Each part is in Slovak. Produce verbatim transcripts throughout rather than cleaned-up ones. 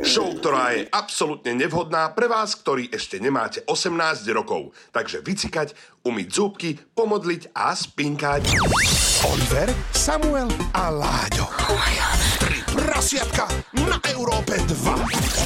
Show, ktorá je absolútne nevhodná pre vás, ktorí ešte nemáte osemnásť rokov. Takže vycikať, umyť zúbky, pomodliť a spinkať. Oliver, Samuel a Láďo. Oh my God. Tri prasiatka na Európe dva.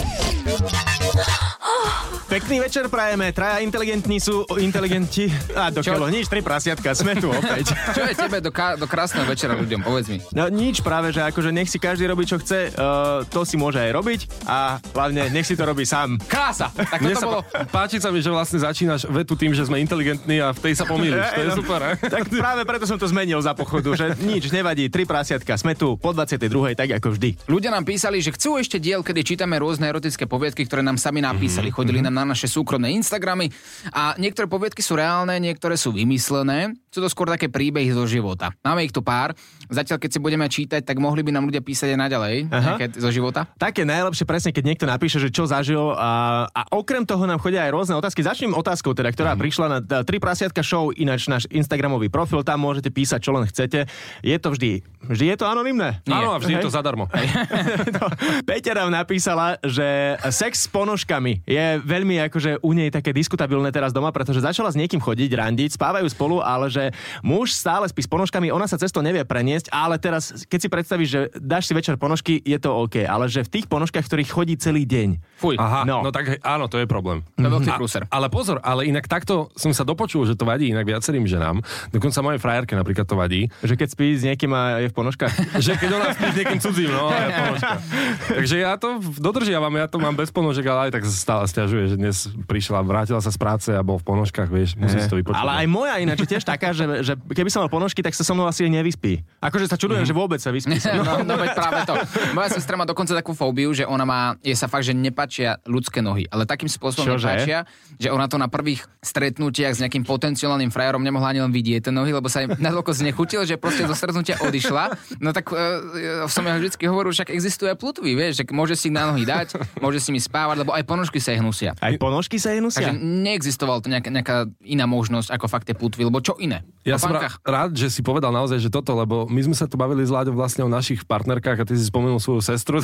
Pekný večer prajeme, traja inteligentní sú inteligenti. A do keľo, nič, tri prasiatka, sme tu opäť. Čo je tebe do, ká- do krásneho večera ľuďom, povedz mi. No nič, práve, že akože nech si každý robí, čo chce, uh, to si môže aj robiť a hlavne nech si to robí sám. Krása! Tak Mne toto sa bolo... páči sa mi, že vlastne začínaš vetu tým, že sme inteligentní a v tej sa pomýliš. To je super, ne? Tak práve preto som to zmenil za pochodu, že nič, nevadí, tri prasiatka, sme tu po dvadsiatej druhej tak ako vždy. Ľudia nám písali, že chcú ešte diel, kedy čítame rôzne erotické poviedky, ktoré nám sami napísali. Chodili nám na naše súkromné Instagramy a niektoré poviedky sú reálne, niektoré sú vymyslené. Sú to skôr také príbehy zo života. Máme ich tu pár. Zatiaľ, keď si budeme čítať, tak mohli by nám ľudia písať aj naďalej nejaké zo života. Také najlepšie presne, keď niekto napíše, že čo zažil a, a okrem toho nám chodia aj rôzne otázky. Začnem otázkou, teda, ktorá mm. prišla na tri prasiatka show, ináč náš Instagramový profil, tam môžete písať, čo len chcete. Je to vždy, vždy je to anonymné? Áno, a vždy je to zadarmo. no, Peťa nám napísala, že sex s ponožkami je veľmi akože u nej také diskutabilné teraz doma, pretože začala s niekým chodiť, randiť, spávajú spolu, ale že muž stále spí s ponožkami, ona sa cez to nevie preniesť, ale teraz, keď si predstavíš, že dáš si večer ponožky, je to OK, ale že v tých ponožkách, ktorých chodí celý deň. Fuj. Aha, no. no tak áno, to je problém. To je veľký A, prúser. ale pozor, ale inak takto som sa dopočul, že to vadí inak viacerým ženám. Dokonca mojej frajerke napríklad to vadí. Že keď spí s niekým a je v ponožkách. Že keď ona spí s niekým cudzím, no, ale je ponožka. Takže ja to dodržiavam, ja to mám bez ponožek, ale aj tak sa stále sťažuje, že dnes prišla, vrátila sa z práce a bol v ponožkách, vieš, musím si to vypočuť. Ale aj moja ináč je tiež taká, že, že keby som mal ponožky, tak sa so mnou asi nevyspí. Akože sa čudujem, mm. že vôbec sa vyspí. No, no veď práve to. Moja sestra má dokonca takú fóbiu, že ona má, je sa fakt, že nepáčia ľudské nohy, ale takým spôsobom Čože? nepáčia, že ona to na prvých stretnutiach s nejakým potenciálnym frajerom nemohla ani len vidieť tie nohy, lebo sa jej natoľko znechutil, že proste zo stretnutia odišla. No tak uh, som ja vždycky hovoril, však existuje aj plutvy, vieš, že môže si ich na nohy dať, môže si mi spávať, lebo aj ponožky sa ich hnusia. Aj ponožky sa jej nusia? Takže neexistovala to nejaká, nejaká iná možnosť ako fakt tie plutvy, lebo čo iné? Ja Po som pánkach. rád, že si povedal naozaj, že toto, lebo my sme sa tu bavili s Láďom vlastne o našich partnerkách a ty si spomenul svoju sestru.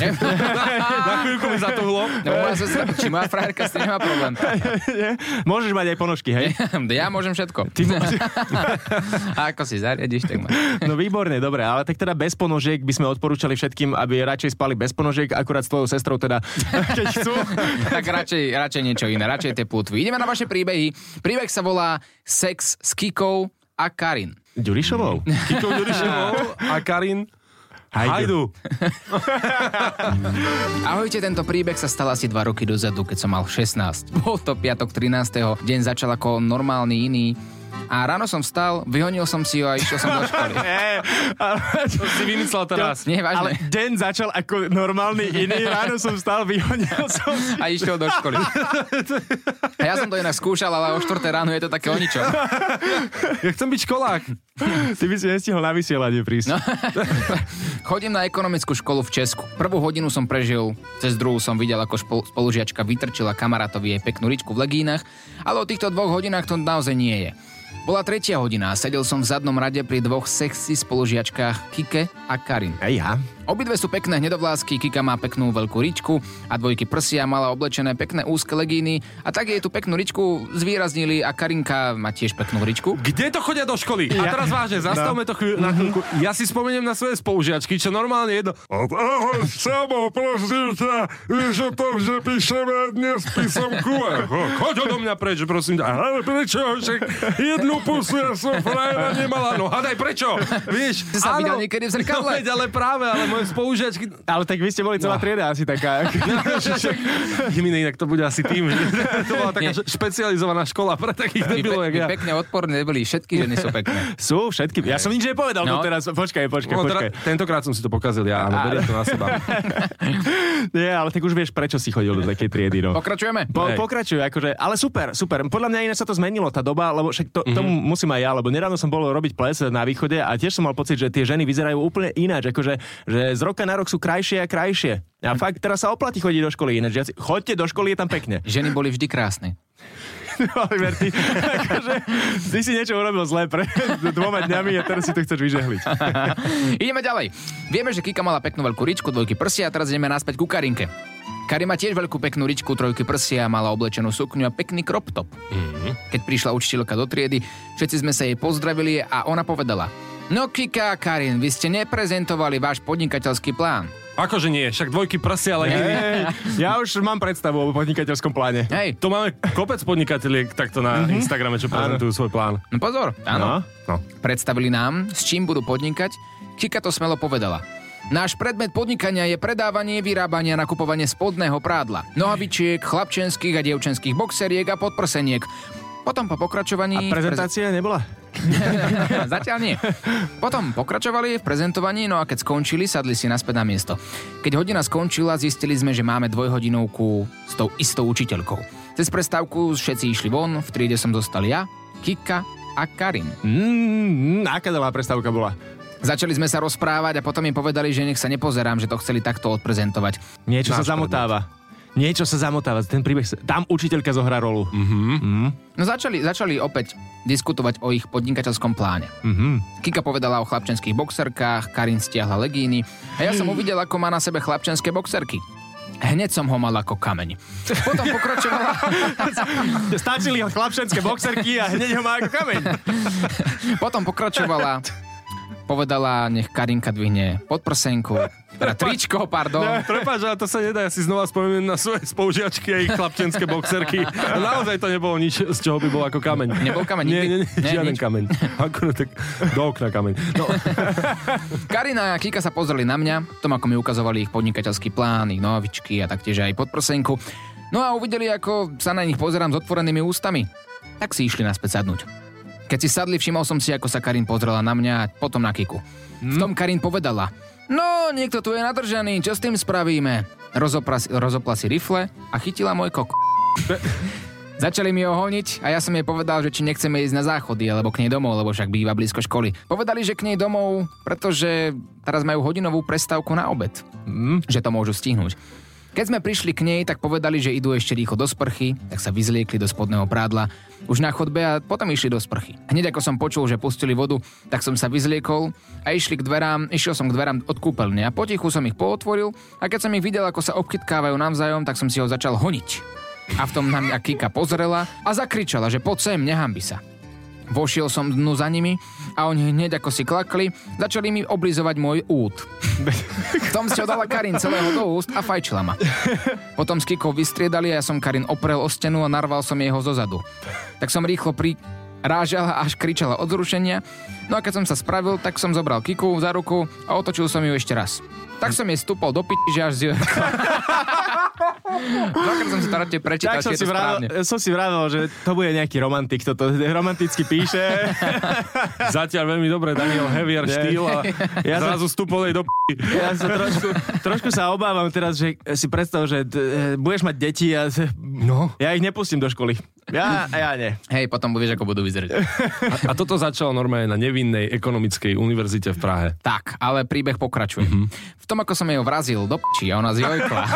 Na chvíľku mi zatuhlo. No, moja sestra, či moja frajerka s tým nemá problém. Môžeš mať aj ponožky, hej? Ja môžem všetko. Ty môžeš... A ako si zariadiš, tak ma. No výborne, dobre, ale tak teda bez ponožiek by sme odporúčali všetkým, aby radšej spali bez ponožiek, akurát s tvojou sestrou teda, keď chcú. Tak radšej, radšej niečo iné, radšej tie plutvy. Ideme na vaše príbehy. Príbeh sa volá Sex s Kikou a Karin. Ďurišovou? Kikou Ďurišovou a Karin Hajdu. Ahojte, tento príbeh sa stal asi dva roky dozadu, keď som mal šestnásť. Bol to piatok trinásteho Deň začal ako normálny iný. A ráno som vstal, vyhonil som si ho a išiel som do školy. To si vymyslel teraz. Nie, vážne. Ale deň začal ako normálny iný, ráno som vstal, vyhonil som si. A išiel do školy. A ja som to inak skúšal, ale o štvrté ráno je to také o ničom. Ja chcem byť školák. Ty by si nestihol na vysielanie prísť. No. Chodím na ekonomickú školu v Česku. Prvú hodinu som prežil, cez druhú som videl, ako špol- spolužiačka vytrčila kamarátovi jej peknú ričku v legínach, ale o týchto dvoch hodinách to naozaj nie je. Bola tretia hodina a sedel som v zadnom rade pri dvoch sexy spolužiačkách Kike a Karin. A ja? Obidve sú pekné hnedovlásky, Kika má peknú veľkú ričku a dvojky prsia, mala oblečené pekné úzke legíny a tak jej tú peknú ričku zvýraznili a Karinka má tiež peknú ričku. Kde to chodia do školy? A teraz vážne, zastavme to chvíľu, na chvíľku. Ja si spomeniem na svoje spolužiačky, čo normálne jedno. Ahoj, Samo, prosím ťa, vieš o tom, že píšeme dnes písomku. Choď odo mňa preč, prosím ťa. Ale prečo? Však jednu pusu ja som frajera nemala. No hádaj, prečo? Vieš, Si sa videl niekedy v zrkadle? No, veď, ale práve, ale moje spolužiačky... Ale tak vy ste boli celá No. trieda asi taká. Jemine, inak to bude asi tým, že to bola taká špecializovaná škola pre takých debilov, jak ja. Pekne odporné neboli, všetky ženy sú pekné. Sú všetky. Ja som nič nepovedal No. doteraz. Počkaj, počkaj, No, počkaj. teda, tentokrát som si to pokazil ja, áno, beriem to na seba. Nie, ale tak už vieš, prečo si chodil do takej triedy, no. Pokračujeme? Po, Hej. pokračuj, akože, ale super, super. Podľa mňa iné sa to zmenilo, tá doba, lebo však to, mm-hmm. tomu musím aj ja, lebo nedávno som bol robiť ples na východe a tiež som mal pocit, že tie ženy vyzerajú úplne ináč, akože, že z roka na rok sú krajšie a krajšie. A fakt, teraz sa oplatí chodiť do školy ináč. Žiaci, choďte do školy, je tam pekne. Ženy boli vždy krásne. Oliver, ty, akože, ty si niečo urobil zlé pre dvoma dňami a teraz si to chceš vyžehliť. Ideme ďalej. Vieme, že Kika mala peknú veľkú ričku, dvojky prsia a teraz ideme naspäť ku Karinke. Kari má tiež veľkú peknú ričku, trojky prsia, mala oblečenú sukňu a pekný crop top. Mm-hmm. Keď prišla učiteľka do triedy, všetci sme sa jej pozdravili a ona povedala: No Kika a Karin, vy ste neprezentovali váš podnikateľský plán. Akože nie, však dvojky prsia, ale... Hej, ja už mám predstavu o podnikateľskom pláne. Hej. To máme kopec podnikateliek takto na mm-hmm. Instagrame, čo prezentujú svoj plán. No pozor, áno. No. Predstavili nám, s čím budú podnikať. Kika to smelo povedala. Náš predmet podnikania je predávanie, vyrábanie a nakupovanie spodného prádla, nohavičiek, chlapčenských a dievčenských boxeriek a podprseniek. Potom po pokračovaní... A prezentácia prez... nebola? Zatiaľ nie. Potom pokračovali v prezentovaní, no a keď skončili, sadli si naspäť na miesto. Keď hodina skončila, zistili sme, že máme dvojhodinovku s tou istou učiteľkou. Cez prestávku všetci išli von, v triede som zostal ja, Kika a Karin. Mm, aká dlhá prestávka bola? Začali sme sa rozprávať a potom mi povedali, že nech sa nepozerám, že to chceli takto odprezentovať. Niečo Náš sa zamotáva. Predmet. Niečo sa zamotáva. Ten príbeh, sa... tam učiteľka zohrá rolu. Mm-hmm. Mm. No začali, začali opäť diskutovať o ich podnikateľskom pláne. Mm-hmm. Kika povedala o chlapčenských boxerkách, Karin stiahla legíny a ja som uvidel, ako má na sebe chlapčenské boxerky. Hneď som ho mal ako kameň. Potom pokračovala... Stačili chlapčenské boxerky a hneď ho má ako kameň. Potom pokračovala... Povedala, nech Karinka dvihne podprsenku, teda tričko, pardon. Ne, prepáč, ale to sa nedá, ja si znova spomeniem na svoje spolužiačky a ich chlapčenské boxerky. Naozaj to nebolo nič, z čoho by bol ako kameň. Nebol kameň nikdy? Nie, nie, nie, nie žiaden nič. kameň. Akurát tak do okna kameň. No. Karina a Kika sa pozreli na mňa, tom ako mi ukazovali ich podnikateľský plán, ich nohavičky a taktiež aj podprsenku. No a uvideli, ako sa na nich pozerám s otvorenými ústami. Tak si išli naspäť sadnúť. Keď si sadli, všimol som si, ako sa Karin pozrela na mňa a potom na Kiku. V tom Karin povedala: No, niekto tu je nadržaný, čo s tým spravíme? Rozopla, rozopla si rifle a chytila môj kok. Začali mi ho honiť a ja som jej povedal, že či nechceme ísť na záchody alebo k nej domov, lebo však býva blízko školy. Povedali, že k nej domov, pretože teraz majú hodinovú prestávku na obed. Mm, že to môžu stihnúť. Keď sme prišli k nej, tak povedali, že idú ešte rýchlo do sprchy, tak sa vyzliekli do spodného prádla už na chodbe a potom išli do sprchy. Hneď ako som počul, že pustili vodu, tak som sa vyzliekol a išli k dverám, išiel som k dverám od kúpeľne a potichu som ich pootvoril a keď som ich videl, ako sa obchytkávajú navzájom, tak som si ho začal honiť. A v tom na mňa Kika pozrela a zakričala, že poď sem, nehanbi sa. Vošiel som dnu za nimi a oni hneď ako si klakli, začali mi oblizovať môj út. V tom si ho dala Karin celého do úst a fajčila ma. Potom s Kikou vystriedali a ja som Karin oprel o stenu a narval som jej ho zozadu. Tak som rýchlo prirážala a až kričala od zrušenia. No a keď som sa spravil, tak som zobral Kiku za ruku a otočil som ju ešte raz. Tak som jej stúpol do p***, že až zjorkla. Dvakrát som si to radšej prečítal, Tak som či je si, to vravel, správne. som si vravel, že to bude nejaký romantik, toto romanticky píše. Zatiaľ veľmi dobre, Daniel Hevier štýl a Ja som- zrazu stúpol jej do p***. Ja sa trošku, trošku sa obávam teraz, že si predstav, že d- budeš mať deti a No. ja ich nepustím do školy. Ja, ja nie. Hej, potom vieš, ako budú vyzerať. A toto začalo normálne na nevinnej ekonomickej univerzite v Prahe. Tak, ale príbeh pokračuje. Mm-hmm. V tom, ako som jej ho vrazil do p***či a ona zjojkla.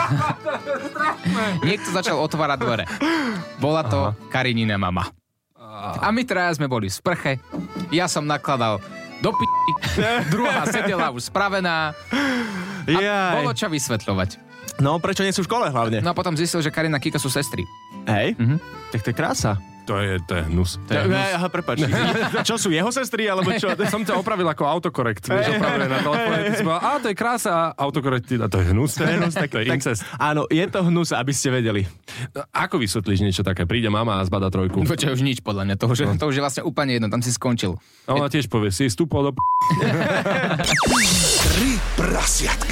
Niekto začal otvárať dvere. Bola to Aha. Karinina mama. A my traja sme boli v sprche. Ja som nakladal do p***, druhá sedela už spravená. A Jaj. bolo čo vysvetľovať. No, prečo nie sú v škole hlavne? No a potom zistil, že Karina a Kika sú sestry. Hej, Mhm. tak to je krása. To je, to je hnus. To je hnus. Aha, prepáč. Čo sú jeho sestry, alebo čo? Som ťa opravil ako autokorekt. Vieš, opravuje na telefóne. Ty si povedal, á, to je krása a autokorekt. A to je hnus. To je hnus, tak, to je incest. Áno, je to hnus, aby ste vedeli. Ako vysvetlíš niečo také? Príde mama a zbada trojku. Počkaj, už nič podľa mňa. To už, to už je vlastne úplne jedno. Tam si skončil. A ona tiež povie, si stúpol do p***. Tri prasiatka.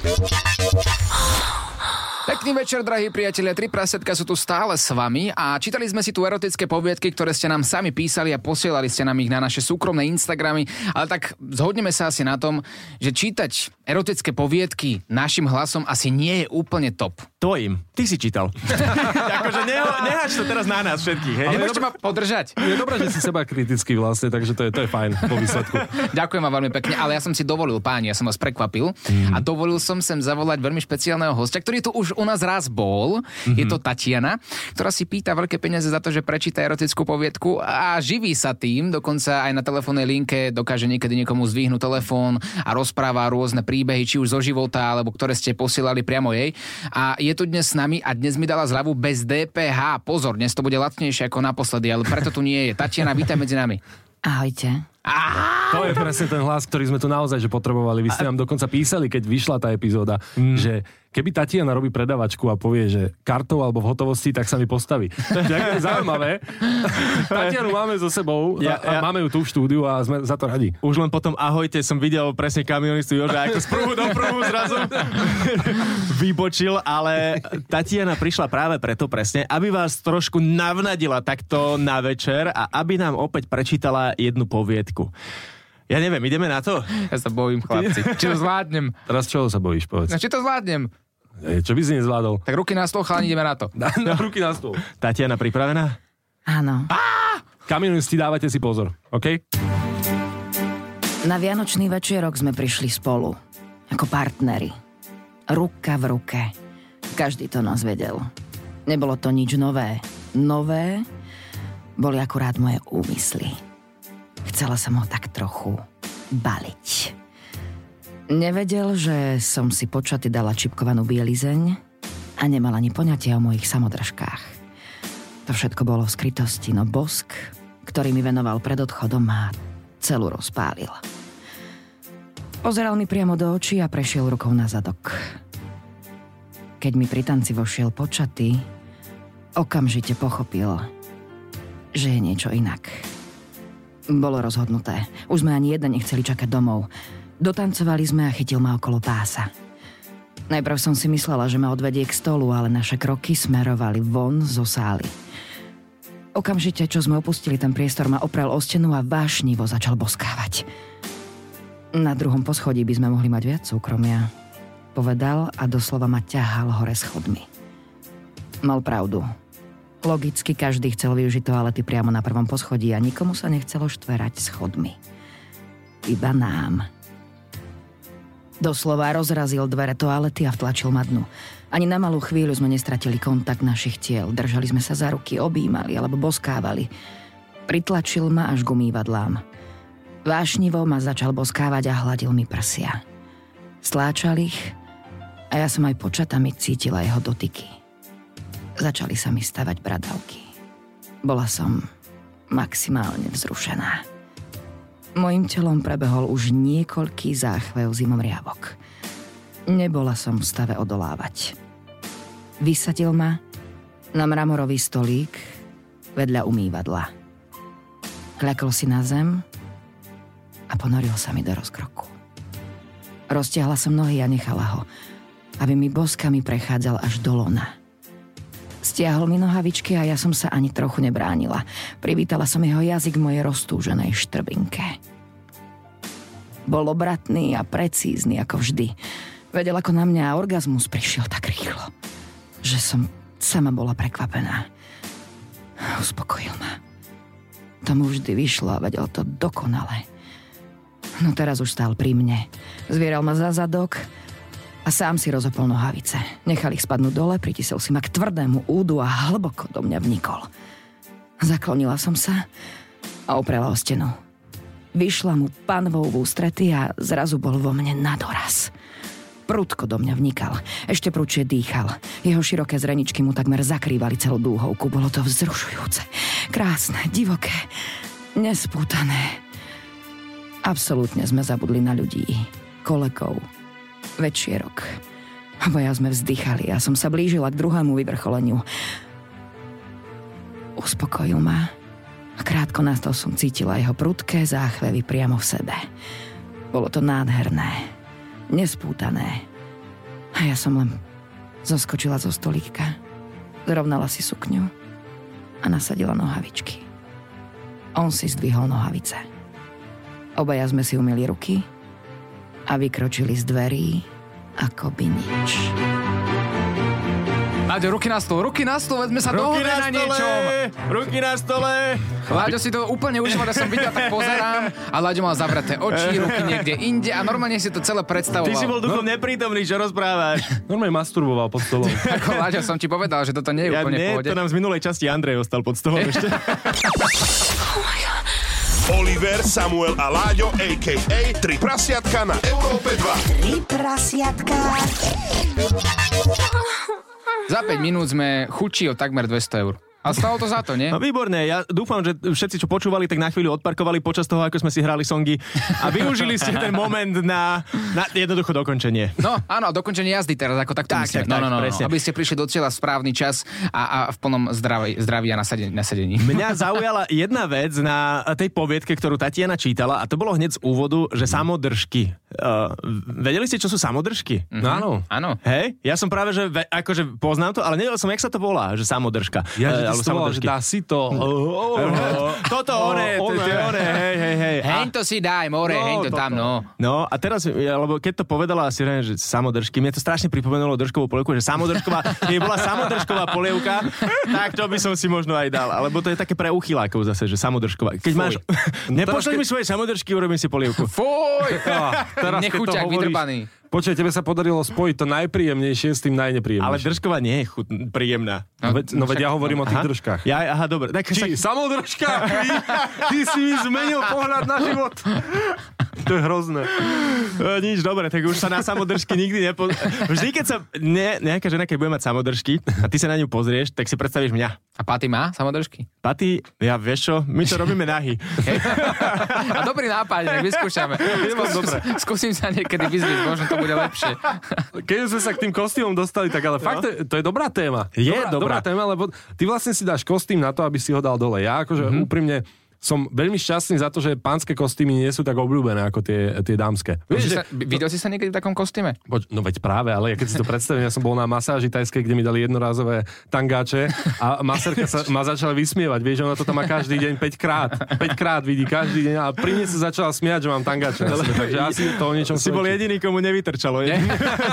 Pekný večer, drahí priatelia. Tri prasiatka sú tu stále s vami a čítali sme si tu erotické poviedky, ktoré ste nám sami písali a posielali ste nám ich na naše súkromné Instagramy. Ale tak zhodneme sa asi na tom, že čítať erotické poviedky našim hlasom asi nie je úplne top. Tvojim. Ty si čítal. akože neho, nehač to teraz na nás všetkých, hej? Nemôžete ma podržať. Je dobré, že si seba kritický vlastne, takže to je, to je fajn po výsledku. Ďakujem vám veľmi pekne, ale ja som si dovolil, páni, ja som vás prekvapil mm. a dovolil som sem zavolať veľmi špeciálneho hostia, ktorý tu už u nás raz bol. Mm-hmm. Je to Tatiana, ktorá si pýta veľké peniaze za to, že prečíta erotickú poviedku a živí sa tým, dokonca aj na telefónnej linke dokáže niekedy niekomu zdvihnúť telefón a rozpráva rôzne príbehy, či už zo života, alebo ktoré ste posielali priamo jej. A je je tu dnes s nami a dnes mi dala zľavu bez dé pé há. Pozor, dnes to bude lacnejšie ako naposledy, ale preto tu nie je. Tatiana, vítaj medzi nami. Ahojte. To je presne ten hlas, ktorý sme tu naozaj že potrebovali. Vy ste nám dokonca písali, keď vyšla tá epizóda, mm. že keby Tatiana robí predavačku a povie, že kartou alebo v hotovosti, tak sa mi postaví. Ďakujem, zaujímavé. Tatianu máme so sebou, ja, ja. máme ju tu v štúdiu a sme za to radi. Už len potom ahojte som videl presne kamionistu Joža, ako z prvu do prvu zrazu vybočil, ale Tatiana prišla práve preto presne, aby vás trošku navnadila takto na večer a aby nám opäť prečítala jednu poviedku. Ja neviem, ideme na to? Ja sa bojím, chlapci. Či to zvládnem? Teraz čoho sa bojíš, povedz? No, či to zvládnem? Čo by si nezvládol? Tak ruky na stôl, chalani, ideme na to. Na, na ruky na stôl. Tatiana, pripravená? Áno. Kamionisti, dávajte si pozor, OK? Na vianočný večierok sme prišli spolu. Ako partneri. Ruka v ruke. Každý to nás vedel. Nebolo to nič nové. Nové boli akurát moje úmysly. Chcela som ho tak trochu baliť. Nevedel, že som si počaty dala čipkovanú bielizeň a nemala ani poňatia o mojich samodržkách. To všetko bolo v skrytosti, no bosk, ktorý mi venoval pred odchodom, ma celú rozpálil. Pozeral mi priamo do očí a prešiel rukou na zadok. Keď mi pri tanci vošiel počaty, okamžite pochopil, že je niečo inak. Bolo rozhodnuté. Už sme ani jeden nechceli čakať domov. Dotancovali sme a chytil ma okolo pása. Najprv som si myslela, že ma odvedie k stolu, ale naše kroky smerovali von zo sály. Okamžite, čo sme opustili ten priestor, ma oprel o stenu a vášnivo začal boskávať. Na druhom poschodí by sme mohli mať viac súkromia, povedal a doslova ma ťahal hore schodmi. Mal pravdu. Logicky každý chcel využiť toalety priamo na prvom poschodí a nikomu sa nechcelo štverať schodmi. Iba nám. Doslova rozrazil dvere toalety a vtlačil ma dnu. Ani na malú chvíľu sme nestratili kontakt našich tiel. Držali sme sa za ruky, objímali alebo boskávali. Pritlačil ma až k umývadlám. Vášnivo ma začal boskávať a hladil mi prsia. Stláčal ich a ja som aj počatami cítila jeho dotyky. Začali sa mi stavať bradavky. Bola som maximálne vzrušená. Mojím telom prebehol už niekoľký záchvev zimomriavok. Nebola som v stave odolávať. Vysadil ma na mramorový stolík vedľa umývadla. Kľakol si na zem a ponoril sa mi do rozkroku. Roztiahla som nohy a nechala ho, aby mi boskami prechádzal až do lona. Stiahol mi nohavičky a ja som sa ani trochu nebránila. Privítala som jeho jazyk v mojej roztúženej štrbinke. Bol obratný a precízny ako vždy. Vedel, ako na mňa orgazmus prišiel tak rýchlo, že som sama bola prekvapená. Uspokojil ma. Tomu vždy vyšlo a vedel to dokonale. No teraz už stál pri mne. Zvieral ma za zadok a sám si rozopol nohavice. Nechal ich spadnúť dole, pritisol si ma k tvrdému údu a hlboko do mňa vnikol. Zaklonila som sa a oprela o stenu. Vyšla mu panvou v ústrety a zrazu bol vo mne nadoraz. Prudko do mňa vnikal, ešte prudšie dýchal. Jeho široké zreničky mu takmer zakrývali celú dúhovku. Bolo to vzrušujúce, krásne, divoké, nespútané. Absolútne sme zabudli na ľudí, kolegov, večierok. Obaja sme vzdychali a som sa blížila k druhému vyvrcholeniu. Uspokojil ma a krátko na to som cítila jeho prudké záchvevy priamo v sebe. Bolo to nádherné, nespútané. A ja som len zoskočila zo stolíka, zrovnala si sukňu a nasadila nohavičky. On si zdvihol nohavice. Obaja sme si umyli ruky a vykročili z dverí ako by nič. Láďo, ruky na stôl, ruky na stôl, veď sme sa dohodli na, na niečom. Ruky na stole. Láďo si to úplne užíval, ja som videl, tak pozerám a Láďo mal zavreté oči, ruky niekde inde a normálne si to celé predstavoval. Ty si bol duchom no. neprítomný, čo rozprávaš? Normálne masturboval pod stolom. Ako Láďo, som ti povedal, že toto nie je ja úplne nie, v pohode. To nám z minulej časti Andrej ostal pod stolom ešte. Oliver, Samuel a Láďo, á ká á Tri prasiatka na Európe dva. Tri prasiatka. Za päť minút sme chudší o takmer dvesto eur. A stalo to za to, nie? No výborné, ja dúfam, že všetci, čo počúvali, tak na chvíľu odparkovali počas toho, ako sme si hrali songy a využili ste ten moment na, na jednoducho dokončenie. No, áno, dokončenie jazdy teraz, ako takto Tak, myslím. tak, No, tak, no, no, no, presne. aby ste prišli do cieľa v správny čas a, a v plnom zdraví, zdraví a nasadení. nasadení. Mňa zaujala jedna vec na tej poviedke, ktorú Tatiana čítala a to bolo hneď z úvodu, že samodržky. Uh, vedeli ste, čo sú samodržky? No áno. Áno. Hej? Ja som práve, že ve, akože poznám to, ale nevedel som, jak sa to volá, že samodržka. Ja, Eh, že alebo ty to volal, že dá si to. Toto, one, one. tie one, hej, hej, hej. A- Heň to si daj, more, No, heň to toto. tam, no. No a teraz, ja, lebo keď to povedala asi, že samodržky, mne to strašne pripomenulo držkovú polievku, že samodržková, keď bola samodržková polievka, tak to by som si možno aj dal, alebo to je také pre uchylákov zase, že samodržková. Keď máš, nepošleš mi svoje samodržky, urobím si polievku. Fuj! Teraz, keď to Nechuťak, hovoríš- vydrbaný. Počkaj, tebe sa podarilo spojiť to najpríjemnejšie s tým Ale najnepríjemnejším. držková nie je chut, príjemná. No, veď, no veď ja hovorím o tých Aha. držkách. Ja, aha, dobre. Tak sa... Či, samodržka! Ty, ty si mi zmenil pohľad na život. To je hrozné. E, nič, dobre, tak už sa na samodržky nikdy nepo... Vždy, keď sa ne, nejaká žena, keď bude mať samodržky a ty sa na ňu pozrieš, tak si predstavíš mňa. A Paty má samodržky? Paty, ja vieš čo, my to robíme nahy. A dobrý nápad, tak vyskúšame. Skúsim, skúsim sa niekedy vyzvieť, možno to bude lepšie. Keď sme sa k tým kostýmom dostali, tak ale fakt, to je, to je dobrá téma. Je dobrá, dobrá. dobrá téma, lebo ty vlastne si dáš kostým na to, aby si ho dal dole. Ja akože mm-hmm. úprimne som veľmi šťastný za to, že pánske kostýmy nie sú tak obľúbené ako tie, tie dámske. Vieš, že, sa, videl si sa niekedy v takom kostýme? poč, no veď práve, ale ja keď si to predstavím, ja som bol na masáži tajskej, kde mi dali jednorázové tangáče a masérka sa ma začala vysmievať. Vieš, ona to tam má každý deň päť krát. päť krát vidí každý deň a pri nej sa začala smiať, že mám tangáče na sebe. Takže asi to o niečom Si bol svedčí. jediný, komu nevytrčalo. Je?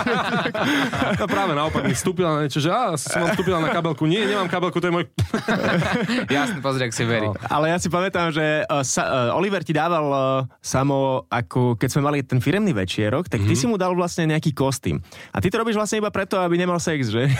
No práve naopak mi vstúpila na niečo, že á, som vám vstúpila na kabelku. Nie, nemám kabelku, to je môj... Jasne, pozri, ak si verí. No. Ale ja si pamätám, že uh, sa, uh, Oliver ti dával uh, samo, ako keď sme mali ten firemný večierok, tak ty Mhm. si mu dal vlastne nejaký kostým. A ty to robíš vlastne iba preto, aby nemal sex, že?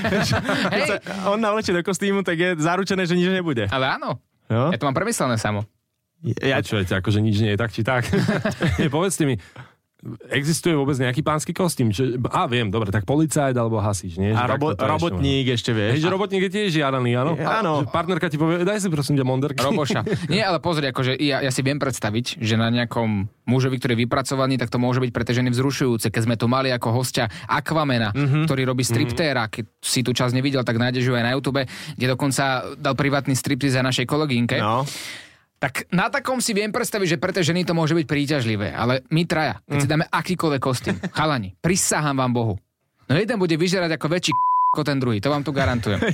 Keď sa on navlečie do kostýmu, tak je zaručené, že nič nebude. Ale áno, No? ja to mám premyslené samo. Ja, Počujete, akože nič nie je tak, či tak. Nie, povedzte mi, existuje vôbec nejaký pánsky kostým? Čo, á, viem, dobre, tak policajt alebo hasič, nie? a Že robo, takto to je robotník ešte, ešte možno. vieš. Hej, že robotník je tiež žiadaný, áno? Je, áno. A, že partnerka ti povie, daj si prosím ťa monderky. Roboša. Nie, ale pozri, akože ja, ja si viem predstaviť, že na nejakom mužovi, ktorý je vypracovaný, tak to môže byť pre tie ženy vzrušujúce. Keď sme tu mali ako hostia Aquamena, mm-hmm. ktorý robí striptéra, keď si tu čas nevidel, tak nájdeš ho aj na YouTube, kde dokonca dal privátny striptease za našej kolegynke. No. Tak na takom si viem predstaviť, že pre tie ženy to môže byť príťažlivé. Ale my traja, keď si dáme akýkoľvek kostým, chalani, prisahám vám Bohu. No jeden bude vyžerať ako väčší ako ten druhý, to vám tu garantujem.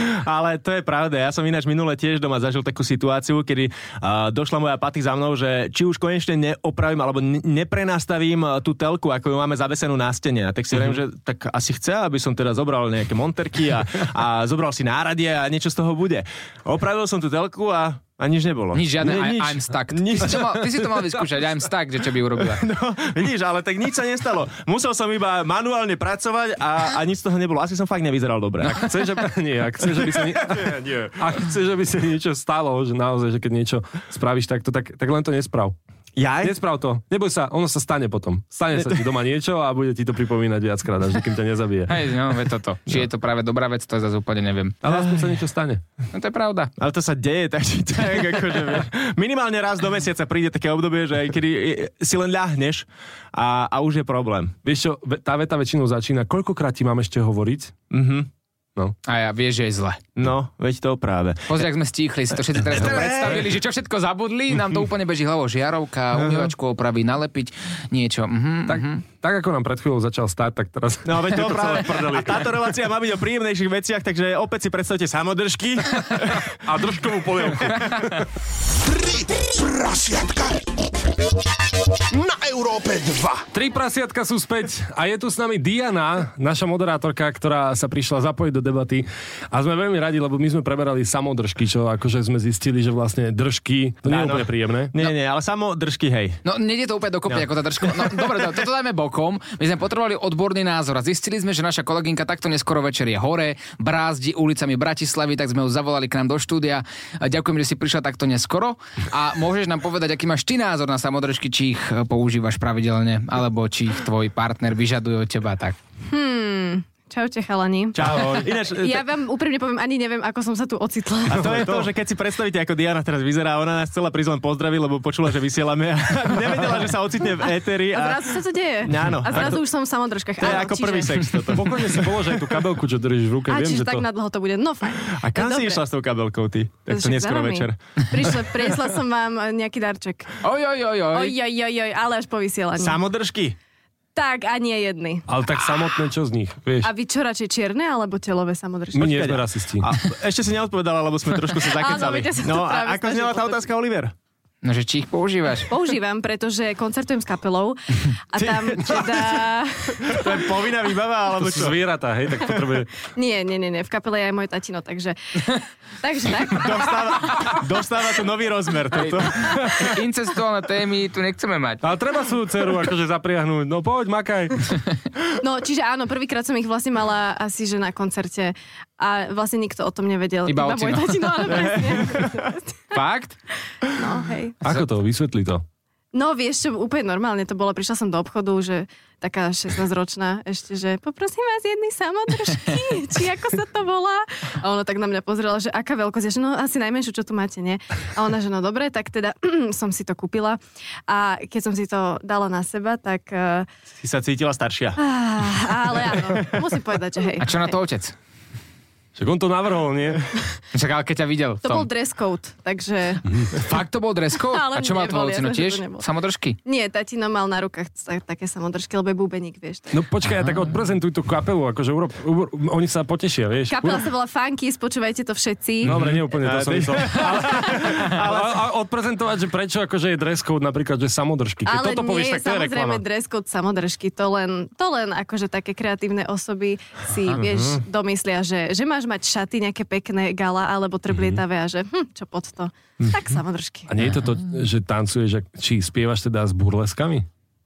Ale to je pravda. Ja som ináč minule tiež doma zažil takú situáciu, kedy uh, došla moja Paty za mnou, že či už konečne neopravím alebo ne- neprenastavím uh, tú telku, ako ju máme zavesenú na stene. A tak si viem, že tak asi chce, aby som teda zobral nejaké monterky a, a zobral si náradie a niečo z toho bude. Opravil som tú telku a A nič nebolo. Nič, žiadne Nie, I, I'm stuck. Nič. Ty, si to mal, ty si to mal vyskúšať, I'm stuck, že čo by urobila. No, vidíš, ale tak nič sa nestalo. Musel som iba manuálne pracovať a, a nič z toho nebolo. Asi som fakt nevyzeral dobre. Ak chceš, aby, nie, ak chceš, aby sa, nie, nie. ak chceš, aby sa niečo stalo, že naozaj, že keď niečo spravíš takto, tak, tak len to nesprav. Jaj? Nesprav to. Neboj sa, ono sa stane potom. Stane sa ti doma niečo a bude ti to pripomínať viackrát, až kým ťa nezabije. Hej, no, veď toto. Či je to práve dobrá vec, to zase úplne neviem. Ale aspoň sa niečo stane. No to je pravda. Ale to sa deje tak, či tak, akože, vieš. Minimálne raz do mesiaca príde také obdobie, že kedy si len ľahneš a, a už je problém. Vieš čo, ve- tá veta väčšinou začína, koľkokrát ti mám ešte hovoriť? Mhm. No. A ja vieš, že je zle. No, veď to práve. Pozri, ak sme stíchli, si to všetci teraz to predstavili, že čo všetko zabudli, nám to úplne beží hlavou. Žiarovka, umývačku opraviť, nalepiť niečo. Mhm, Tak, mhm. tak ako nám pred chvíľou začal stať, tak teraz... No, veď to je práve. celé v prdeli. A táto relácia má byť o príjemnejších veciach, takže opäť si predstavte samodržky. A držkovú polievku. Tri prasiatka na Európe dva. Tri prasiatka sú späť a je tu s nami Diana, naša moderátorka, ktorá sa prišla zapojiť do debaty. A sme veľmi radi, lebo my sme preberali samodržky, čo akože sme zistili, že vlastne držky, to nie je Áno. úplne príjemné. Nie, nie, ale samodržky, hej. No, nejde to úplne dokopy, No. ako tá držka. No, dobre, to, toto dajme bokom. My sme potrebovali odborný názor a zistili sme, že naša kolegynka takto neskoro večer je hore, brázdi ulicami Bratislavy, tak sme ju zavolali k nám do štúdia. A ďakujem, že si prišla takto neskoro. A môžeš nám povedať, aký máš ty názor na samodržky, či ich používaš pravidelne, alebo či ich tvoj partner vyžaduje od teba tak. Hmm, Čaute, chalani. Čau. Ináč, Ja vám úprimne poviem, ani neviem, ako som sa tu ocitla. a to je to, že keď si predstavíte, ako Diana teraz vyzerá, ona nás chcela prísť len pozdraviť, lebo počula, že vysielame a nevedela, že sa ocitne v éteri. A zrazu sa to deje. Áno. A zrazu už som v samodržkách. To je Áno, ako čiže... prvý sex toto. Pokojne si položaj tú kabelku, čo držíš v ruke. A Viem, čiže že tak to... na dlho to bude. No fajn. A kam si Dobre. išla s tou kabelkou ty? Tak to Však neskoro za nami. večer. Prišla, prinesla som vám nejaký darček. Oj, oj, oj, oj. Oj, oj, oj, oj, ale až po vysielaní. Samodržky? Tak a nie jedny. Ale tak samotné, čo z nich, vieš? A vy čo radšej čierne alebo telové samodržky? My nie sme rasisti. A ešte si neodpovedala, lebo sme trošku sa zakecali. Áno, viete, sa to No a práve ako snažím znela tá povedať. otázka, Oliver? No, že či ich používaš? Používam, pretože koncertujem s kapelou a tam teda... To je povinná výbava, alebo To sú čo? zvieratá, hej, tak potrebuje... Nie, nie, nie, nie, v kapele je aj môj tatino, takže... takže tak. Dostáva, dostáva to nový rozmer. Toto. Incestuálne témy tu nechceme mať. Ale treba svoju dceru akože zapriahnuť. No poď, makaj. No, čiže áno, prvýkrát som ich vlastne mala asi, že na koncerte a vlastne nikto o tom nevedel. Iba môj ocino. tatino, áno, presne. Fakt? No, hej. Ako to? Vysvetli to. No, vieš čo, úplne normálne to bolo. Prišla som do obchodu, že taká šestnásťročná ešte, že poprosím vás jedny samodržky, či ako sa to volá. A ona tak na mňa pozrela, že aká veľkosť je, že no asi najmenšiu, čo tu máte, nie? A ona, že no dobre, tak teda som si to kúpila. A keď som si to dala na seba, tak... Uh, Si sa cítila staršia. ale áno, musím povedať, že hej. A čo na to otec? Však on to navrhol, nie? Však ale keď ťa videl v To tom. bol dress code, takže... Fakt to bol dress code? Ale A čo mal nebol, tvoj ja ocino som, že to tiež? nebol. Samodržky? Nie, tatino mal na rukách ta- také samodržky, lebo je bubeník, vieš. Tak. No počkaj, tak odprezentuj tú kapelu, akože urob, urob, oni sa potešia, vieš. Kapela sa volá Funky, spočúvajte to všetci. Dobre, neúplne, to A som ty- myslel. Ale, ale, a odprezentovať, že prečo akože je dress code napríklad, že samodržky. Keď Ale toto nie povieš, je tak to je samozrejme reklama. dress code samodržky, to len, to len akože také kreatívne osoby si, vieš, domyslia, že, že máš mať šaty nejaké pekné gala alebo trblietavé a že hm, čo pod to. Tak samodržky. A nie je to to, že tancuješ, ak- či spievaš teda s burleskami?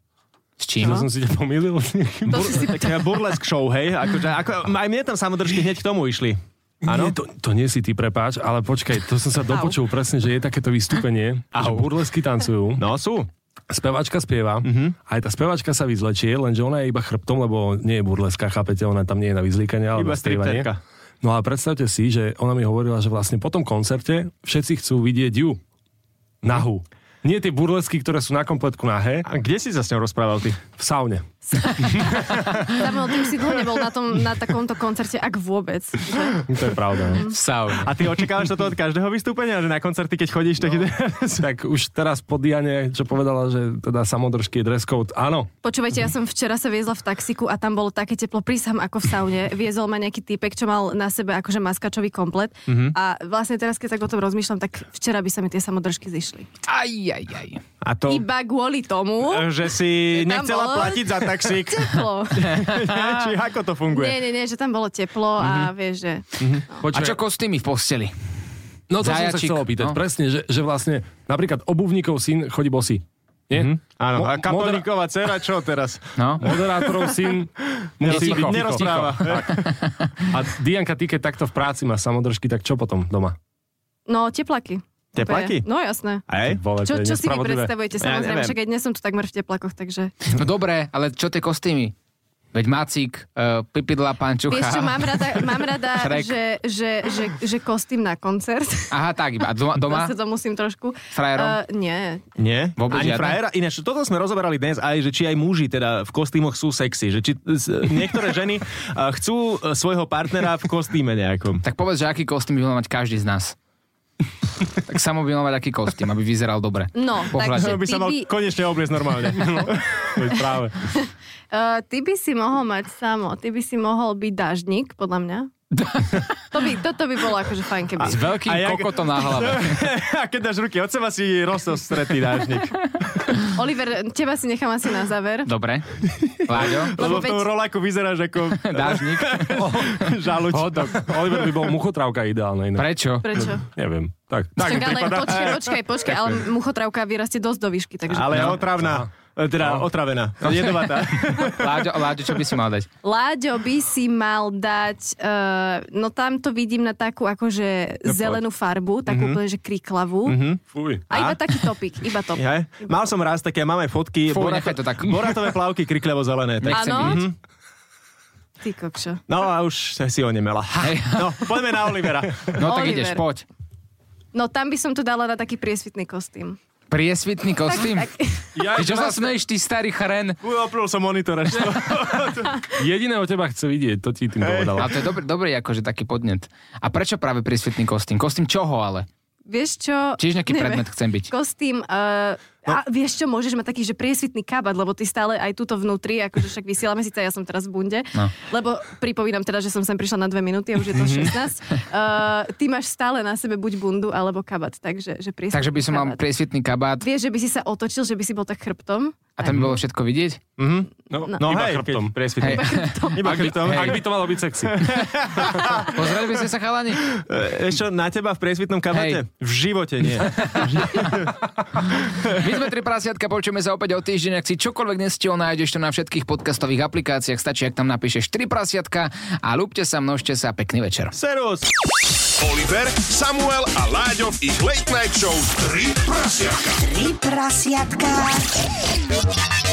S čím? Čo som si ťa pomýlil? To si si... Taká burlesk show, hej? Akože, ako, aj mne tam samodržky hneď k tomu išli. Áno? To, to nie si ty, prepáč, ale počkaj, to som sa dopočul presne, že je takéto vystúpenie, že burlesky tancujú, No sú. speváčka spieva, aj tá speváčka sa vyzlečie, lenže ona je iba chrbtom, lebo nie je burleska, chápete, ona tam nie je na vyzlíkanie, ale Iba na spievanie. stripterka. No a predstavte si, že ona mi hovorila, že vlastne po tom koncerte všetci chcú vidieť ju nahú. Nie tie burlesky, ktoré sú na kompletku nahé, A kde si sa s ňou rozprával ty? v saune. Samuel, ty už si dlho nebol na, tom, na takomto koncerte, ak vôbec. Že? To je pravda. No. V saune. A ty očakávaš toto od každého vystúpenia? Že na koncerty, keď chodíš, tak... No. Tak už teraz po Diane, čo povedala, že teda samodržky je dress code, áno. Počúvajte, ja som včera sa viezla v taxiku a tam bolo také teplo, prísam ako v saune. Viezol ma nejaký týpek, čo mal na sebe akože maskačový komplet. Mm-hmm. A vlastne teraz, keď tak o tom rozmýšľam, tak včera by sa mi tie samodržky zišli. Aj, aj, aj. A to, Iba kvôli tomu, že si Že tam nechcela bolo- platiť za taxík. teplo. Či ako to funguje? Nie, nie, nie, že tam bolo teplo a vieš, že... A Počkaj, čo kostýmy v posteli? no to som sa Zajačík, chcel opýtať, no. presne, že, že vlastne napríklad obuvníkov syn chodí bosý. Nie? Hm? Áno, Mo- a kapelníková dcera, čo teraz? No. Moderátorov syn musí ticho, byť ticho. Nerozpráva. A Dianka, ty keď takto v práci máš samodržky, tak čo potom doma? No, teplaky. Teplaky? No jasné. Hej? Vole, to Čo, je čo si vy nespravodlivé. predstavujete? Ja Samozrejme, neviem. však aj dnes som tu takmer v teplakoch, takže... No dobré, ale čo tie kostýmy? Veď Macík, uh, Pipidla, Pančucha. Vieš čo, mám rada, mám rada Šrek. že, že, že, že kostým na koncert. Aha, tak iba. A Doma? doma? Zase to musím trošku... Frajerom? Uh, nie. Nie? Vôbec Ani žiadne? frajera? Ináč, toto sme rozoberali dnes aj, že či aj muži teda v kostýmoch sú sexy. Že či s- niektoré ženy uh, chcú uh, svojho partnera v kostýme nejakom. Tak povedz, že aký kostým by mal mať každý z nás. Tak samo by mal mať aký kostým, aby vyzeral dobre. No, Pohľadne. takže by sa ty mal by, konečne obliecť normálne. Veď práve. uh, ty by si mohol mať samo, ty by si mohol byť dáždnik, podľa mňa. To by, toto by bolo akože fajn, keby... S veľkým A jak- kokotom na hlave. A keď dáš ruky od seba, si rozostretý dážnik. Oliver, teba si nechám asi na záver. Dobre. Láďo, Lebo Lebo v tom veď- roláku vyzeráš ako dážnik. žaluč. Hodok. Oliver by bol muchotrávka ideálne. Inak. Prečo? Prečo? Neviem. Tak, tak Tak, mi ale prípada. počkaj, počkaj, počkaj, ale muchotrávka vyrastie dosť do výšky, takže... Ale je No. otravná. Teda otravená. Jedovatá. Láďo, Láďo, čo by si mal dať? Láďo by si mal dať, uh, no tam to vidím na takú akože zelenú farbu, takú úplne, že kriklavú. Fuj. A iba taký topik, iba top. Ja? Mal som raz také, máme fotky. Fú, nechaj to tak. Boratové plavky, krikľavo zelené. Tak Nechcem Áno. vidieť. Ty kokšo. No a už sa si onemela. Hej. No, poďme na Olivera. No tak Oliver. ideš, poď. No tam by som to dala na taký priesvitný kostým. Priesvitný kostým? Tak, Ja, Ty čo sa smeješ, ty starý chren? Uopnul som monitor ešte. Jediného teba chce vidieť, to ti tým povedal. A to je dobrý, dobrý akože taký podnet. A prečo práve priesvitný kostým? Kostým čoho ale? vieš čo? Čiže nejaký neviem. predmet chcem byť. Kostým. Uh, no. A vieš čo, môžeš mať taký, že priesvitný kabát, lebo ty stále aj tuto vnútri, akože však vysielame, síce ja som teraz v bunde, No. lebo pripomínam teda, že som sem prišla na dve minúty a už je to šestnásť. Uh, ty máš stále na sebe buď bundu alebo kabát, takže že priesvitný Takže by som mal kabát. priesvitný kabát Vieš, že by si sa otočil, že by si bol tak chrbtom. a tam by bolo všetko vidieť? No, No iba hej, chrbtom. keď priesvitný. Hej. Iba Ak by, chrbtom. ak by to malo byť sexy. Pozreli by ste sa chalani? E, Ešte na teba v priesvitnom kabáte? V živote nie. My sme tri prasiatka, počujeme sa opäť o týždeň. Ak si čokoľvek nestihol, nájdeš to na všetkých podcastových aplikáciách. Stačí, ak tam napíšeš tri prasiatka a ľúbte sa, množte sa, pekný večer. Serus! Oliver, Samuel a Láďo v ich Late Night Show tri prasiatka. Tri prasiatka.